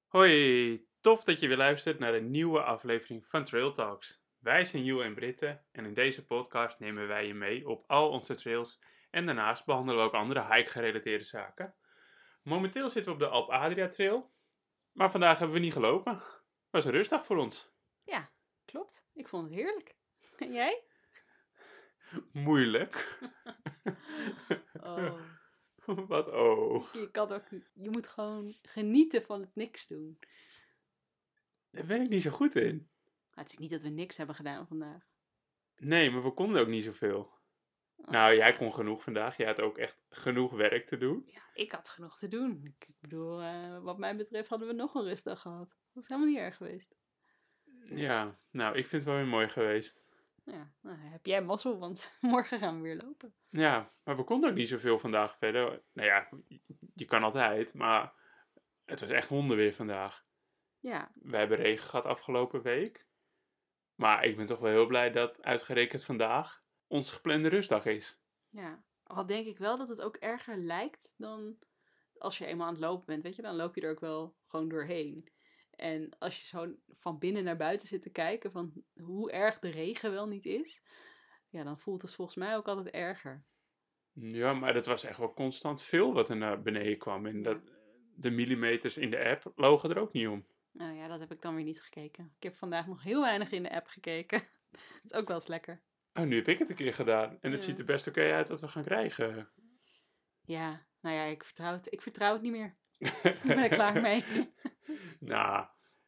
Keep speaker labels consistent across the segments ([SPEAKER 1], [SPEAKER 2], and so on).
[SPEAKER 1] Hoi, tof dat je weer luistert naar een nieuwe aflevering van Trail Talks. Wij zijn Jules en Britte en in deze podcast nemen wij je mee op al onze trails en daarnaast behandelen we ook andere hike-gerelateerde zaken. Momenteel zitten we op de Alp Adria Trail, maar vandaag hebben we niet gelopen. Was een rustdag voor ons.
[SPEAKER 2] Ja, klopt. Ik vond het heerlijk. En jij?
[SPEAKER 1] Moeilijk.
[SPEAKER 2] Oh,
[SPEAKER 1] Wat oh.
[SPEAKER 2] je moet gewoon genieten van het niks doen.
[SPEAKER 1] Daar ben ik niet zo goed in.
[SPEAKER 2] Maar het is niet dat we niks hebben gedaan vandaag.
[SPEAKER 1] Nee, maar we konden ook niet zoveel. Nou, jij kon genoeg vandaag. Jij had ook echt genoeg werk te doen.
[SPEAKER 2] Ja, ik had genoeg te doen. Ik bedoel, wat mij betreft hadden we nog een rustdag gehad. Dat was helemaal niet erg geweest.
[SPEAKER 1] Ja, nou, ik vind het wel weer mooi geweest.
[SPEAKER 2] Ja, nou, heb jij mazzel, want morgen gaan we weer lopen.
[SPEAKER 1] Ja, maar we konden ook niet zoveel vandaag verder. Nou ja, je kan altijd, maar het was echt hondenweer vandaag.
[SPEAKER 2] Ja,
[SPEAKER 1] We hebben regen gehad afgelopen week. Maar ik ben toch wel heel blij dat uitgerekend vandaag onze geplande rustdag is.
[SPEAKER 2] ja. Al denk ik wel dat het ook erger lijkt dan als je eenmaal aan het lopen bent, weet je, dan loop je er ook wel gewoon doorheen. En als je zo van binnen naar buiten zit te kijken van hoe erg de regen wel niet is, ja, dan voelt het volgens mij ook altijd erger.
[SPEAKER 1] Ja, maar dat was echt wel constant veel wat er naar beneden kwam. En
[SPEAKER 2] Ja.
[SPEAKER 1] de millimeters in de app logen er ook niet om.
[SPEAKER 2] Nou ja, dat heb ik dan weer niet gekeken. Ik heb vandaag nog heel weinig in de app gekeken. Dat is ook wel eens lekker.
[SPEAKER 1] Oh, nu heb ik het een keer gedaan. En het
[SPEAKER 2] Ja.
[SPEAKER 1] ziet er best oké uit wat we gaan krijgen.
[SPEAKER 2] Ja, nou ja, ik vertrouw het niet meer. Ik ben er klaar mee.
[SPEAKER 1] Nou,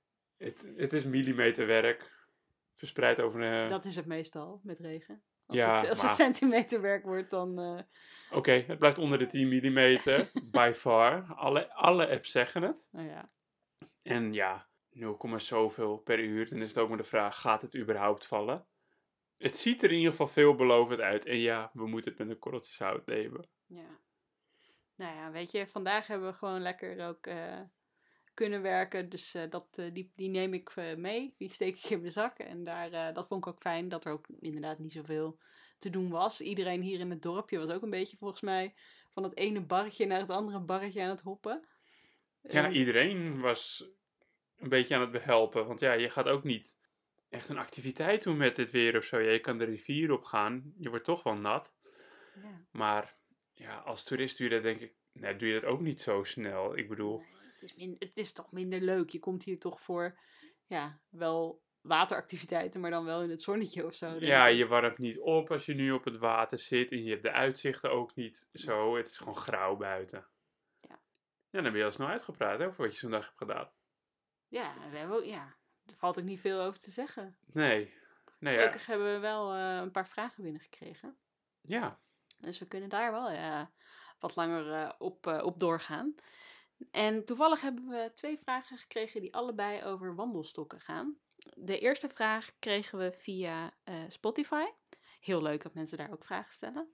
[SPEAKER 1] het is millimeterwerk. Verspreid over een...
[SPEAKER 2] Dat is het meestal met regen.
[SPEAKER 1] Ja,
[SPEAKER 2] Als het
[SPEAKER 1] maar...
[SPEAKER 2] centimeterwerk wordt, dan...
[SPEAKER 1] Oké, het blijft onder de 10 millimeter. By far. Alle apps zeggen het.
[SPEAKER 2] Nou ja,
[SPEAKER 1] En ja, 0, zoveel per uur. Dan is het ook maar de vraag, gaat het überhaupt vallen? Het ziet er in ieder geval veelbelovend uit. En ja, we moeten het met een korreltje zout nemen.
[SPEAKER 2] ja. Nou ja, weet je, vandaag hebben we gewoon lekker ook kunnen werken. Dus die neem ik mee. Die steek ik in mijn zak. En dat vond ik ook fijn dat er ook inderdaad niet zoveel te doen was. Iedereen hier in het dorpje was ook een beetje volgens mij van het ene barretje naar het andere barretje aan het hoppen.
[SPEAKER 1] Ja, iedereen was een beetje aan het behelpen. Want ja, je gaat ook niet echt een activiteit doen met dit weer of zo. Ja, je kan de rivier op gaan. Je wordt toch wel nat.
[SPEAKER 2] Ja.
[SPEAKER 1] Maar ja, als toerist doe je dat denk ik... Nee, doe je dat ook niet zo snel. Ik bedoel...
[SPEAKER 2] Nee, het is toch minder leuk. Je komt hier toch voor, ja, wel wateractiviteiten, maar dan wel in het zonnetje of zo. Denk
[SPEAKER 1] Ja,
[SPEAKER 2] ik.
[SPEAKER 1] je warmt niet op als je nu op het water zit en je hebt de uitzichten ook niet zo. Het is gewoon grauw buiten.
[SPEAKER 2] Ja.
[SPEAKER 1] Ja, dan ben je al snel uitgepraat over wat je zo'n dag hebt gedaan.
[SPEAKER 2] Ja, we hebben ook, ja, er valt ook niet veel over te zeggen.
[SPEAKER 1] Nee. Nee, ja.
[SPEAKER 2] Gelukkig hebben we wel een paar vragen binnengekregen.
[SPEAKER 1] Ja.
[SPEAKER 2] Dus we kunnen daar wel wat langer op doorgaan. En toevallig hebben we 2 vragen gekregen die allebei over wandelstokken gaan. De eerste vraag kregen we via Spotify. Heel leuk dat mensen daar ook vragen stellen.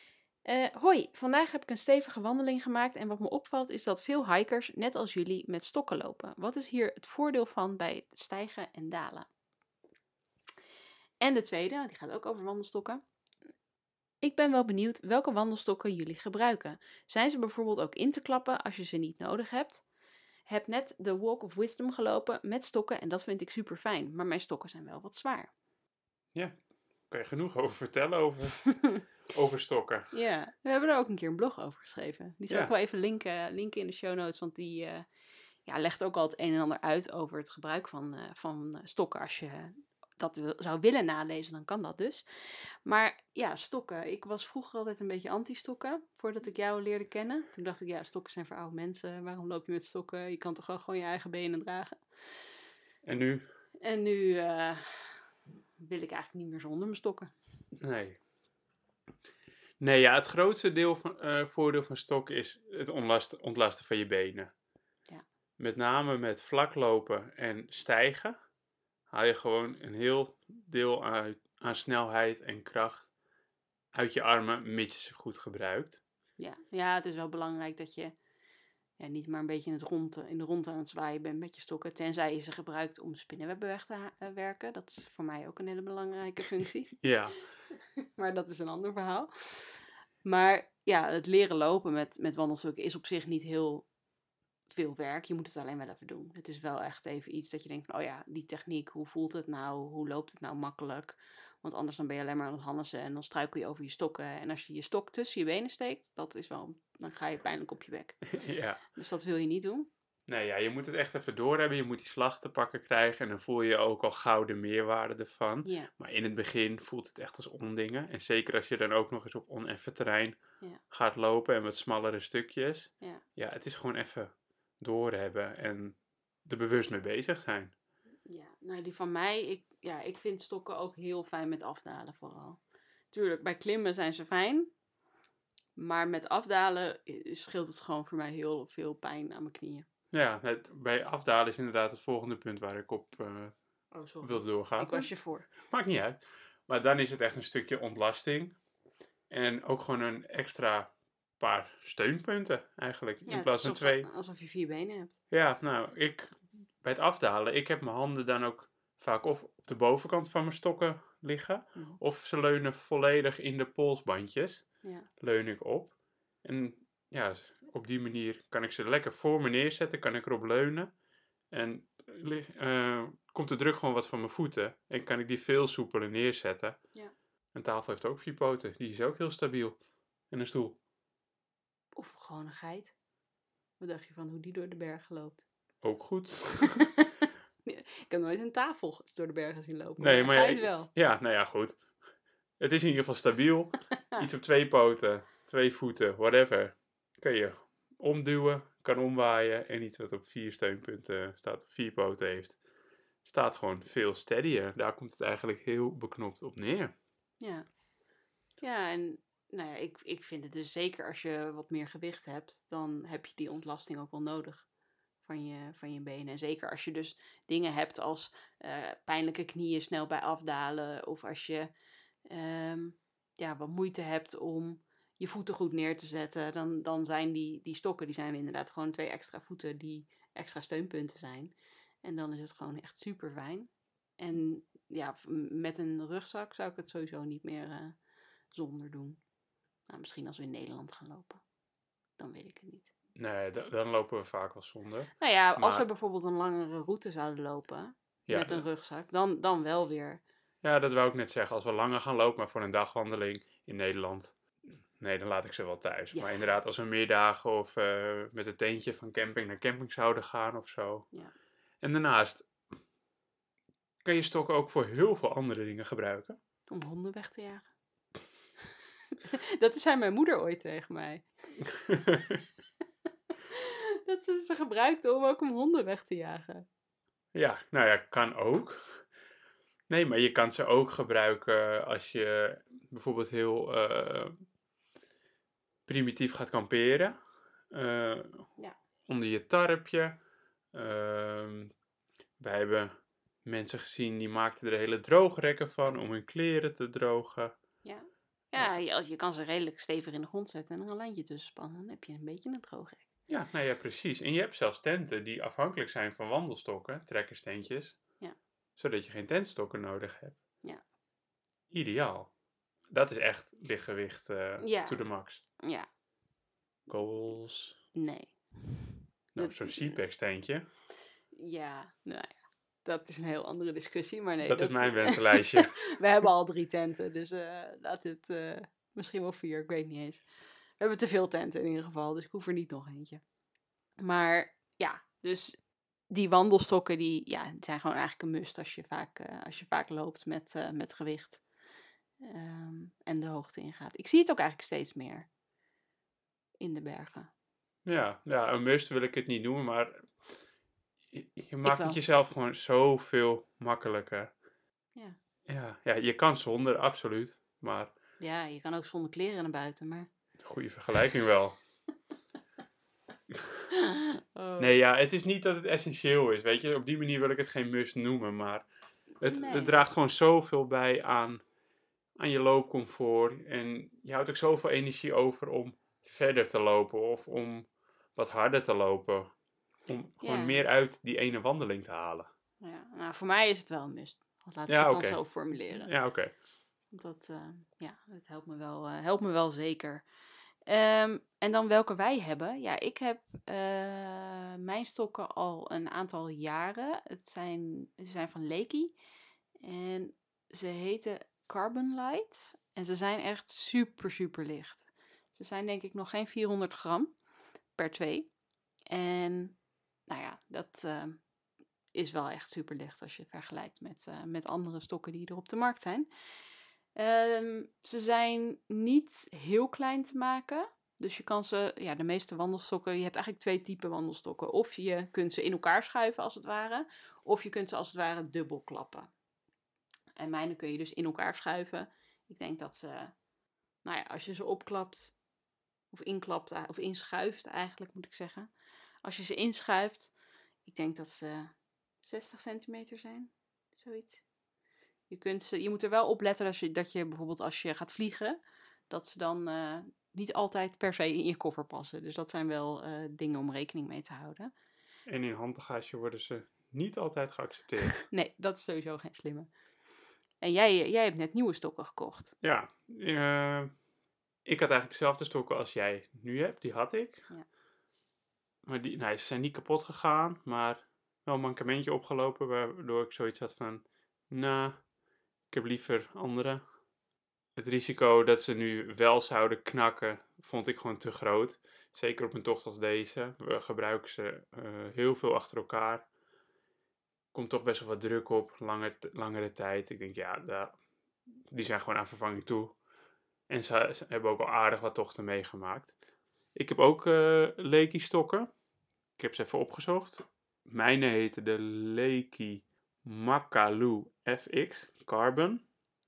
[SPEAKER 2] Hoi, vandaag heb ik een stevige wandeling gemaakt en wat me opvalt is dat veel hikers, net als jullie, met stokken lopen. Wat is hier het voordeel van bij het stijgen en dalen? En de tweede, die gaat ook over wandelstokken. Ik ben wel benieuwd welke wandelstokken jullie gebruiken. Zijn ze bijvoorbeeld ook in te klappen als je ze niet nodig hebt? Heb net de Walk of Wisdom gelopen met stokken en dat vind ik super fijn, maar mijn stokken zijn wel wat zwaar.
[SPEAKER 1] Ja. Kan je genoeg over vertellen over stokken.
[SPEAKER 2] Ja, we hebben er ook een keer een blog over geschreven. Die zal
[SPEAKER 1] Ja.
[SPEAKER 2] ik wel even linken in de show notes, want die legt ook al het een en ander uit over het gebruik van stokken. Als je dat zou willen nalezen, dan kan dat dus. Maar ja, stokken. Ik was vroeger altijd een beetje anti-stokken, voordat ik jou leerde kennen. Toen dacht ik, ja, stokken zijn voor oude mensen. Waarom loop je met stokken? Je kan toch wel gewoon je eigen benen dragen?
[SPEAKER 1] En nu?
[SPEAKER 2] En nu wil ik eigenlijk niet meer zonder mijn stokken.
[SPEAKER 1] Nee. Nee, ja, het grootste voordeel van stokken is het ontlasten van je benen.
[SPEAKER 2] Ja.
[SPEAKER 1] Met name met vlaklopen en stijgen haal je gewoon een heel deel aan snelheid en kracht uit je armen, mits je ze goed gebruikt.
[SPEAKER 2] Ja, het is wel belangrijk dat je niet maar een beetje in de rond aan het zwaaien bent met je stokken. Tenzij je ze gebruikt om spinnenwebben weg te werken. Dat is voor mij ook een hele belangrijke functie.
[SPEAKER 1] Ja,
[SPEAKER 2] Maar dat is een ander verhaal. Maar ja, het leren lopen met wandelstokken is op zich niet heel veel werk. Je moet het alleen wel even doen. Het is wel echt even iets dat je denkt van, oh ja, die techniek, hoe voelt het nou? Hoe loopt het nou makkelijk? Want anders dan ben je alleen maar aan het hannissen en dan struikel je over je stokken. En als je je stok tussen je benen steekt, dan ga je pijnlijk op je bek.
[SPEAKER 1] Ja.
[SPEAKER 2] Dus dat wil je niet doen.
[SPEAKER 1] Nee, ja, je moet het echt even doorhebben. Je moet die slag te pakken krijgen. En dan voel je ook al gauw de meerwaarde ervan.
[SPEAKER 2] Ja,
[SPEAKER 1] Maar in het begin voelt het echt als ondingen. En zeker als je dan ook nog eens op oneffen terrein
[SPEAKER 2] ja,
[SPEAKER 1] gaat lopen en wat smallere stukjes.
[SPEAKER 2] ja.
[SPEAKER 1] Ja, het is gewoon even doorhebben en er bewust mee bezig zijn.
[SPEAKER 2] Ja, nou die van mij, ik vind stokken ook heel fijn met afdalen vooral. Tuurlijk, bij klimmen zijn ze fijn. Maar met afdalen scheelt het gewoon voor mij heel veel pijn aan mijn knieën.
[SPEAKER 1] Ja, bij afdalen is inderdaad het volgende punt waar ik op
[SPEAKER 2] Oh, sorry.
[SPEAKER 1] wilde doorgaan.
[SPEAKER 2] Ik was je voor.
[SPEAKER 1] Maakt niet uit. Maar dan is het echt een stukje ontlasting. En ook gewoon een extra paar steunpunten eigenlijk.
[SPEAKER 2] Ja,
[SPEAKER 1] In
[SPEAKER 2] het
[SPEAKER 1] plaats
[SPEAKER 2] is
[SPEAKER 1] van 2.
[SPEAKER 2] alsof je 4 benen hebt.
[SPEAKER 1] Ja, nou, bij het afdalen, ik heb mijn handen dan ook vaak of op de bovenkant van mijn stokken liggen.
[SPEAKER 2] Mhm.
[SPEAKER 1] Of ze leunen volledig in de polsbandjes.
[SPEAKER 2] Ja.
[SPEAKER 1] Leun ik op. En ja, op die manier kan ik ze lekker voor me neerzetten. Kan ik erop leunen. En komt de druk gewoon wat van mijn voeten. En kan ik die veel soepeler neerzetten.
[SPEAKER 2] Ja.
[SPEAKER 1] Een tafel heeft ook 4 poten. Die is ook heel stabiel. En een stoel.
[SPEAKER 2] Of gewoon een geit. Wat dacht je van hoe die door de bergen loopt?
[SPEAKER 1] Ook goed.
[SPEAKER 2] Ik heb nooit een tafel door de bergen zien lopen.
[SPEAKER 1] Nee,
[SPEAKER 2] maar
[SPEAKER 1] maar
[SPEAKER 2] een geit wel.
[SPEAKER 1] Ja, nou ja, goed. Het is in ieder geval stabiel. Iets op 2 poten, 2 voeten, whatever. Kun je omduwen, kan omwaaien. En iets wat op 4 steunpunten staat, op 4 poten heeft, staat gewoon veel steadier. Daar komt het eigenlijk heel beknopt op neer.
[SPEAKER 2] Ja. Ja, en nou ja, ik vind het dus zeker als je wat meer gewicht hebt, dan heb je die ontlasting ook wel nodig van je benen. En zeker als je dus dingen hebt als pijnlijke knieën snel bij afdalen. Of als je wat moeite hebt om je voeten goed neer te zetten. Dan zijn die stokken, die zijn inderdaad gewoon 2 extra voeten die extra steunpunten zijn. En dan is het gewoon echt super fijn. En ja, met een rugzak zou ik het sowieso niet meer zonder doen. Nou, misschien als we in Nederland gaan lopen. Dan weet ik het niet.
[SPEAKER 1] Nee, dan lopen we vaak wel zonder.
[SPEAKER 2] Nou ja, als
[SPEAKER 1] Maar-
[SPEAKER 2] we bijvoorbeeld een langere route zouden lopen
[SPEAKER 1] Ja,
[SPEAKER 2] met een rugzak, dan wel weer.
[SPEAKER 1] Ja, dat wou ik net zeggen. Als we langer gaan lopen, maar voor een dagwandeling in Nederland, nee, dan laat ik ze wel thuis.
[SPEAKER 2] Ja.
[SPEAKER 1] Maar inderdaad, als we meerdagen of met het tentje van camping naar camping zouden gaan of zo.
[SPEAKER 2] Ja.
[SPEAKER 1] En daarnaast kan je stokken ook voor heel veel andere dingen gebruiken.
[SPEAKER 2] Om honden weg te jagen. Dat zei mijn moeder ooit tegen mij. Dat ze gebruikte om ook om honden weg te jagen.
[SPEAKER 1] Ja, nou ja, kan ook. Nee, maar je kan ze ook gebruiken als je bijvoorbeeld heel primitief gaat kamperen.
[SPEAKER 2] Ja.
[SPEAKER 1] Onder je tarpje. Wij hebben mensen gezien die maakten er hele droogrekken van om hun kleren te drogen.
[SPEAKER 2] Ja. Ja, je kan ze redelijk stevig in de grond zetten en er een lijntje tussen spannen. Dan heb je een beetje een droogrek.
[SPEAKER 1] Ja, nou ja, precies. En je hebt zelfs tenten die afhankelijk zijn van wandelstokken, trekkerstentjes.
[SPEAKER 2] Ja.
[SPEAKER 1] Zodat je geen tentstokken nodig hebt.
[SPEAKER 2] Ja.
[SPEAKER 1] Ideaal. Dat is echt lichtgewicht
[SPEAKER 2] Ja.
[SPEAKER 1] to the max.
[SPEAKER 2] Ja,
[SPEAKER 1] Goals.
[SPEAKER 2] nee.
[SPEAKER 1] Nou, zo'n CPAC tentje.
[SPEAKER 2] Ja, nou ja. Dat is een heel andere discussie, maar nee.
[SPEAKER 1] Dat is mijn wensenlijstje.
[SPEAKER 2] We hebben al 3 tenten, dus laat het misschien wel 4, ik weet niet eens. We hebben te veel tenten in ieder geval, dus ik hoef er niet nog eentje. Maar ja, dus die wandelstokken die zijn gewoon eigenlijk een must als je vaak loopt met gewicht en de hoogte ingaat. Ik zie het ook eigenlijk steeds meer in de bergen.
[SPEAKER 1] Ja, een must wil ik het niet noemen, maar je maakt
[SPEAKER 2] wel.
[SPEAKER 1] het jezelf gewoon zoveel makkelijker.
[SPEAKER 2] Ja.
[SPEAKER 1] Ja, je kan zonder, absoluut. Maar
[SPEAKER 2] Ja, je kan ook zonder kleren naar buiten, maar...
[SPEAKER 1] goede vergelijking wel.
[SPEAKER 2] Oh.
[SPEAKER 1] Nee, ja, het is niet dat het essentieel is, weet je. Op die manier wil ik het geen must noemen, maar het draagt gewoon zoveel bij aan je loopcomfort. En je houdt ook zoveel energie over om verder te lopen of om wat harder te lopen. Om gewoon meer uit die ene wandeling te halen.
[SPEAKER 2] Ja, nou, voor mij is het wel een must. Laat ik
[SPEAKER 1] Ja,
[SPEAKER 2] het
[SPEAKER 1] oké.
[SPEAKER 2] dan zo formuleren.
[SPEAKER 1] Ja, oké.
[SPEAKER 2] Dat helpt me wel zeker. En dan welke wij hebben. Ja, ik heb mijn stokken al een aantal jaren. Ze zijn van Leekie. En ze heten Carbon Light. En ze zijn echt super, super licht. Ze zijn denk ik nog geen 400 gram per 2. En nou ja, dat is wel echt super licht als je vergelijkt met andere stokken die er op de markt zijn. Ze zijn niet heel klein te maken. Dus je kan ze, ja, de meeste wandelstokken, je hebt eigenlijk 2 typen wandelstokken. Of je kunt ze in elkaar schuiven als het ware, of je kunt ze als het ware dubbel klappen. En mijne kun je dus in elkaar schuiven. Ik denk dat ze, nou ja, als je ze opklapt, of inklapt, of inschuift eigenlijk moet ik zeggen. Als je ze inschuift, ik denk dat ze 60 centimeter zijn, zoiets. Je moet er wel op letten dat je bijvoorbeeld als je gaat vliegen, dat ze dan niet altijd per se in je koffer passen. Dus dat zijn wel dingen om rekening mee te houden.
[SPEAKER 1] En in handbagage worden ze niet altijd geaccepteerd.
[SPEAKER 2] Nee, dat is sowieso geen slimme. En jij hebt net nieuwe stokken gekocht.
[SPEAKER 1] Ja, ik had eigenlijk dezelfde stokken als jij nu hebt. Die had ik.
[SPEAKER 2] Ja.
[SPEAKER 1] Maar ze zijn niet kapot gegaan, maar wel een mankementje opgelopen, waardoor ik zoiets had van, nou, ik heb liever andere. Het risico dat ze nu wel zouden knakken, vond ik gewoon te groot. Zeker op een tocht als deze. We gebruiken ze heel veel achter elkaar. Komt toch best wel wat druk op, langere tijd. Ik denk, ja, die zijn gewoon aan vervanging toe. En ze hebben ook al aardig wat tochten meegemaakt. Ik heb ook Leekie stokken. Ik heb ze even opgezocht. Mijne heette de Leekie Makalu FX Carbon.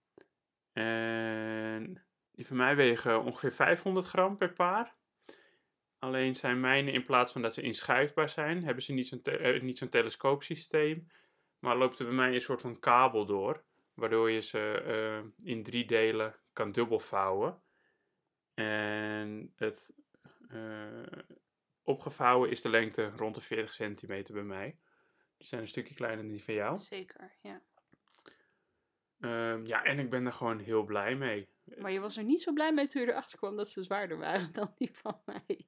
[SPEAKER 1] En die van mij wegen ongeveer 500 gram per paar. Alleen zijn mijne, in plaats van dat ze inschuifbaar zijn, hebben ze niet zo'n telescoopsysteem. Maar loopt er bij mij een soort van kabel door. Waardoor je ze in 3 delen kan dubbelvouwen. En het opgevouwen is de lengte rond de 40 centimeter bij mij. Die zijn een stukje kleiner dan die van jou.
[SPEAKER 2] Zeker, ja.
[SPEAKER 1] Ja, en ik ben er gewoon heel blij mee.
[SPEAKER 2] Maar je was er niet zo blij mee toen je erachter kwam dat ze zwaarder waren dan die van mij.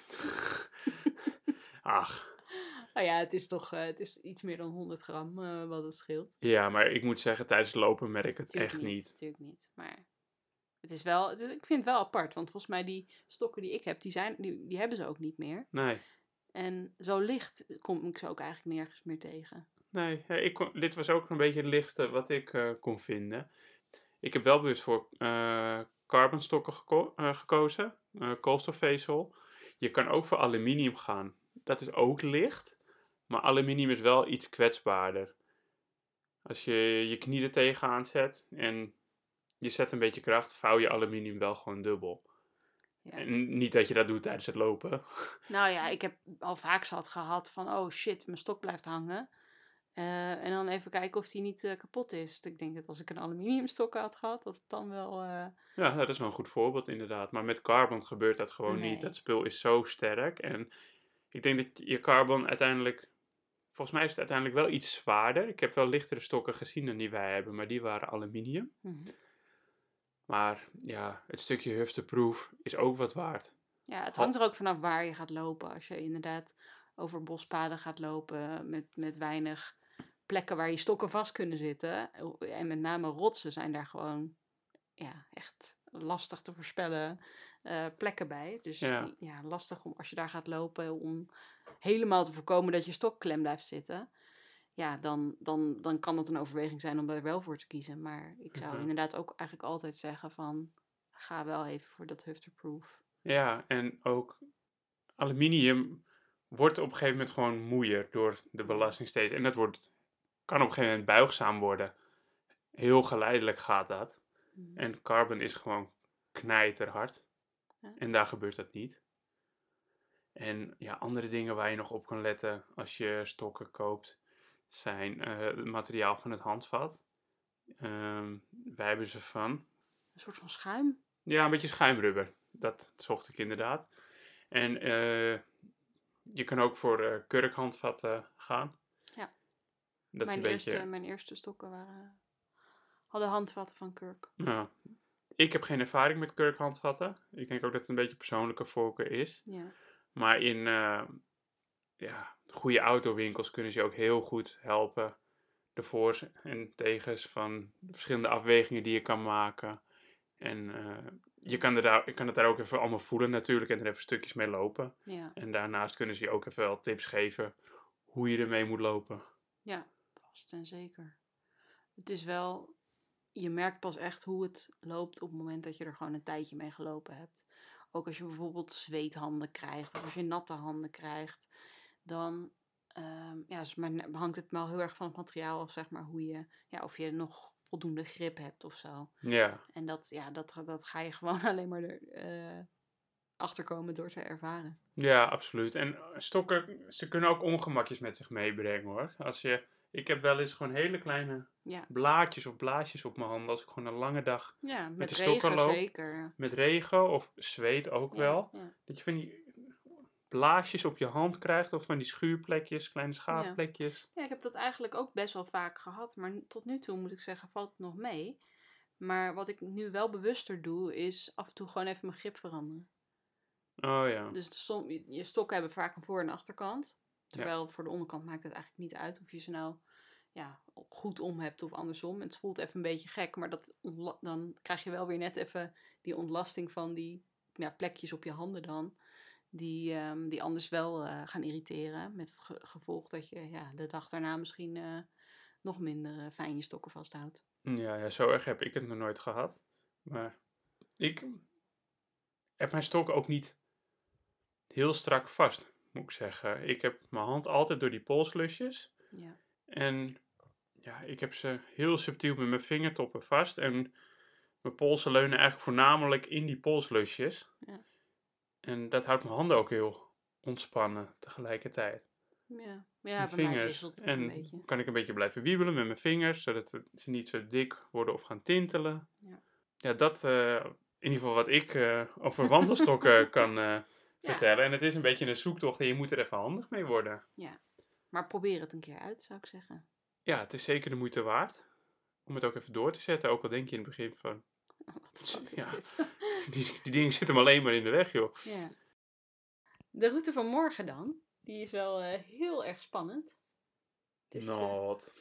[SPEAKER 1] Ach.
[SPEAKER 2] Nou ja, het is iets meer dan 100 gram wat het scheelt.
[SPEAKER 1] Ja, maar ik moet zeggen, tijdens het lopen merk ik het
[SPEAKER 2] Tuurlijk
[SPEAKER 1] echt niet.
[SPEAKER 2] Natuurlijk niet, maar het is wel, ik vind het wel apart. Want volgens mij die stokken die ik heb, die hebben ze ook niet meer.
[SPEAKER 1] Nee.
[SPEAKER 2] En zo licht kom ik ze ook eigenlijk nergens meer tegen.
[SPEAKER 1] Nee, dit was ook een beetje het lichtste wat ik kon vinden. Ik heb wel bewust voor carbonstokken gekozen. Koolstofvezel. Je kan ook voor aluminium gaan. Dat is ook licht. Maar aluminium is wel iets kwetsbaarder. Als je je knie er tegenaan zet en je zet een beetje kracht, vouw je aluminium wel gewoon dubbel.
[SPEAKER 2] Ja.
[SPEAKER 1] En niet dat je dat doet tijdens het lopen.
[SPEAKER 2] Nou ja, ik heb al vaak zat gehad van, oh shit, mijn stok blijft hangen. En dan even kijken of die niet kapot is. Ik denk dat als ik een aluminiumstok had gehad, dat het dan wel...
[SPEAKER 1] Ja, dat is wel een goed voorbeeld inderdaad. Maar met carbon gebeurt dat gewoon
[SPEAKER 2] Nee.
[SPEAKER 1] niet. Dat spul is zo sterk. En ik denk dat je carbon uiteindelijk... Volgens mij is het uiteindelijk wel iets zwaarder. Ik heb wel lichtere stokken gezien dan die wij hebben, maar die waren aluminium.
[SPEAKER 2] Mhm.
[SPEAKER 1] Maar ja, het stukje hufteproof is ook wat waard.
[SPEAKER 2] Ja, het hangt er ook vanaf waar je gaat lopen. Als je inderdaad over bospaden gaat lopen met weinig plekken waar je stokken vast kunnen zitten. En met name rotsen zijn daar gewoon echt lastig te voorspellen plekken bij. Dus
[SPEAKER 1] Ja.
[SPEAKER 2] lastig om als je daar gaat lopen om helemaal te voorkomen dat je stok klem blijft zitten. Ja, dan kan het een overweging zijn om daar wel voor te kiezen. Maar ik zou inderdaad ook eigenlijk altijd zeggen van, ga wel even voor dat hufterproof.
[SPEAKER 1] Ja, en ook aluminium wordt op een gegeven moment gewoon moeier door de belasting steeds. En dat kan op een gegeven moment buigzaam worden. Heel geleidelijk gaat dat. En carbon is gewoon knijterhard.
[SPEAKER 2] Ja.
[SPEAKER 1] En daar gebeurt dat niet. En ja, andere dingen waar je nog op kan letten als je stokken koopt, zijn het materiaal van het handvat. Wij hebben ze van...
[SPEAKER 2] Een soort van schuim.
[SPEAKER 1] Ja, een beetje schuimrubber. Dat zocht ik inderdaad. En je kan ook voor kurkhandvatten gaan.
[SPEAKER 2] Ja.
[SPEAKER 1] Dat is een beetje...
[SPEAKER 2] Mijn eerste stokken hadden handvatten van kurk.
[SPEAKER 1] Ja. Ik heb geen ervaring met kurkhandvatten. Ik denk ook dat het een beetje persoonlijke voorkeur is.
[SPEAKER 2] Ja.
[SPEAKER 1] Maar in goede autowinkels kunnen ze je ook heel goed helpen. De voor's en tegens van de verschillende afwegingen die je kan maken. En je kan het daar ook even allemaal voelen natuurlijk en er even stukjes mee lopen.
[SPEAKER 2] Ja.
[SPEAKER 1] En daarnaast kunnen ze je ook even wel tips geven hoe je ermee moet lopen.
[SPEAKER 2] Ja, vast en zeker. Het is wel, je merkt pas echt hoe het loopt op het moment dat je er gewoon een tijdje mee gelopen hebt. Ook als je bijvoorbeeld zweethanden krijgt of als je natte handen krijgt, dan hangt het wel heel erg van het materiaal af, zeg maar, of je nog voldoende grip hebt of zo.
[SPEAKER 1] Ja,
[SPEAKER 2] En dat ga je gewoon alleen maar achterkomen door te ervaren.
[SPEAKER 1] ja, absoluut. En stokken, ze kunnen ook ongemakjes met zich meebrengen hoor. Ik heb wel eens gewoon hele kleine
[SPEAKER 2] Ja,
[SPEAKER 1] blaadjes of blaasjes op mijn handen als ik gewoon een lange dag
[SPEAKER 2] ja met
[SPEAKER 1] de stokken
[SPEAKER 2] regen
[SPEAKER 1] loop.
[SPEAKER 2] zeker.
[SPEAKER 1] Met regen of zweet ook
[SPEAKER 2] Ja,
[SPEAKER 1] wel.
[SPEAKER 2] ja.
[SPEAKER 1] Dat je van die blaasjes op je hand krijgt of van die schuurplekjes, kleine schaafplekjes.
[SPEAKER 2] Ja, ik heb dat eigenlijk ook best wel vaak gehad, maar tot nu toe moet ik zeggen, valt het nog mee. Maar wat ik nu wel bewuster doe, is af en toe gewoon even mijn grip veranderen.
[SPEAKER 1] Oh ja.
[SPEAKER 2] Dus je stokken hebben vaak een voor- en achterkant. Terwijl voor de onderkant maakt het eigenlijk niet uit of je ze nou goed om hebt of andersom. Het voelt even een beetje gek, maar dan krijg je wel weer net even die ontlasting van die plekjes op je handen dan. Die anders wel gaan irriteren. Met het gevolg dat je de dag daarna misschien nog minder fijn je stokken vasthoudt.
[SPEAKER 1] Ja, zo erg heb ik het nog nooit gehad. Maar ik heb mijn stok ook niet heel strak vast, moet ik zeggen. Ik heb mijn hand altijd door die polslusjes.
[SPEAKER 2] Ja.
[SPEAKER 1] En ja, ik heb ze heel subtiel met mijn vingertoppen vast. En mijn polsen leunen eigenlijk voornamelijk in die polslusjes.
[SPEAKER 2] Ja.
[SPEAKER 1] En dat houdt mijn handen ook heel ontspannen tegelijkertijd.
[SPEAKER 2] Ja,
[SPEAKER 1] Mijn
[SPEAKER 2] bij mij
[SPEAKER 1] vingers.
[SPEAKER 2] wisselt het een beetje.
[SPEAKER 1] En kan ik een beetje blijven wiebelen met mijn vingers, zodat ze niet zo dik worden of gaan tintelen. Ja, dat in ieder geval wat ik over wandelstokken kan vertellen. En het is een beetje een zoektocht en je moet er even handig mee worden.
[SPEAKER 2] Ja, maar probeer het een keer uit, zou ik zeggen.
[SPEAKER 1] Ja, het is zeker de moeite waard om het ook even door te zetten. Ook al denk je in het begin van,
[SPEAKER 2] Wat de fuck is
[SPEAKER 1] ja,
[SPEAKER 2] dit?
[SPEAKER 1] die dingen zitten me alleen maar in de weg, joh.
[SPEAKER 2] Ja. De route van morgen dan, die is wel heel erg spannend. Het is,
[SPEAKER 1] Not.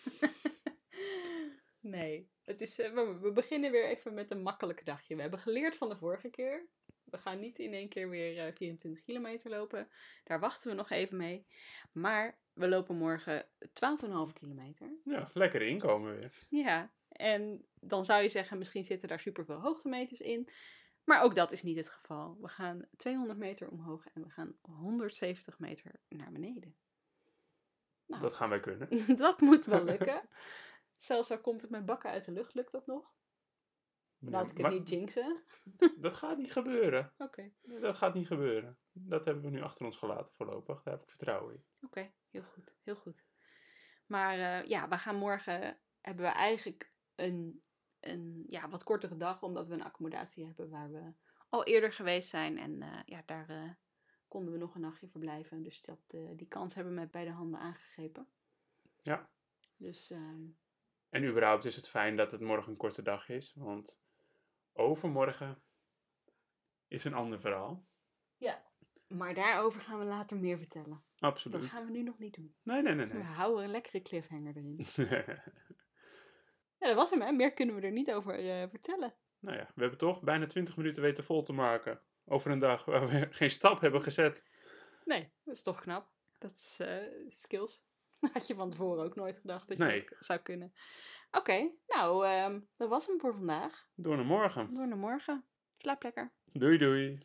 [SPEAKER 2] Nee, het is, we beginnen weer even met een makkelijk dagje. We hebben geleerd van de vorige keer. We gaan niet in één keer weer 24 kilometer lopen. Daar wachten we nog even mee. Maar we lopen morgen 12,5 kilometer.
[SPEAKER 1] Ja, lekker inkomen weer.
[SPEAKER 2] Ja, en dan zou je zeggen, misschien zitten daar superveel hoogtemeters in. Maar ook dat is niet het geval. We gaan 200 meter omhoog en we gaan 170 meter naar beneden. Nou,
[SPEAKER 1] Dat gaan wij kunnen.
[SPEAKER 2] dat moet wel lukken. Zelfs al komt het met bakken uit de lucht, lukt dat nog? Laat ik het niet jinxen.
[SPEAKER 1] Dat gaat niet gebeuren.
[SPEAKER 2] Oké,
[SPEAKER 1] Dat gaat niet gebeuren. Dat hebben we nu achter ons gelaten voorlopig. Daar heb ik vertrouwen in.
[SPEAKER 2] oké, heel goed, heel goed. Maar we gaan morgen, hebben we eigenlijk een wat kortere dag, omdat we een accommodatie hebben waar we al eerder geweest zijn. En daar konden we nog een nachtje verblijven. Dus die kans hebben we met beide handen aangegrepen.
[SPEAKER 1] Ja.
[SPEAKER 2] Dus
[SPEAKER 1] En überhaupt is het fijn dat het morgen een korte dag is. Want overmorgen is een ander verhaal.
[SPEAKER 2] ja, maar daarover gaan we later meer vertellen.
[SPEAKER 1] Absoluut.
[SPEAKER 2] Dat gaan we nu nog niet doen.
[SPEAKER 1] Nee.
[SPEAKER 2] We houden een lekkere cliffhanger erin. Ja, dat was hem, hè. Meer kunnen we er niet over vertellen.
[SPEAKER 1] Nou ja, we hebben toch bijna 20 minuten weten vol te maken. Over een dag waar we geen stap hebben gezet.
[SPEAKER 2] Nee, dat is toch knap. Dat is skills. Had je van tevoren ook nooit gedacht dat je dat zou kunnen. Oké, nou, dat was hem voor vandaag.
[SPEAKER 1] Door naar morgen.
[SPEAKER 2] Door naar morgen. Slaap lekker.
[SPEAKER 1] Doei doei.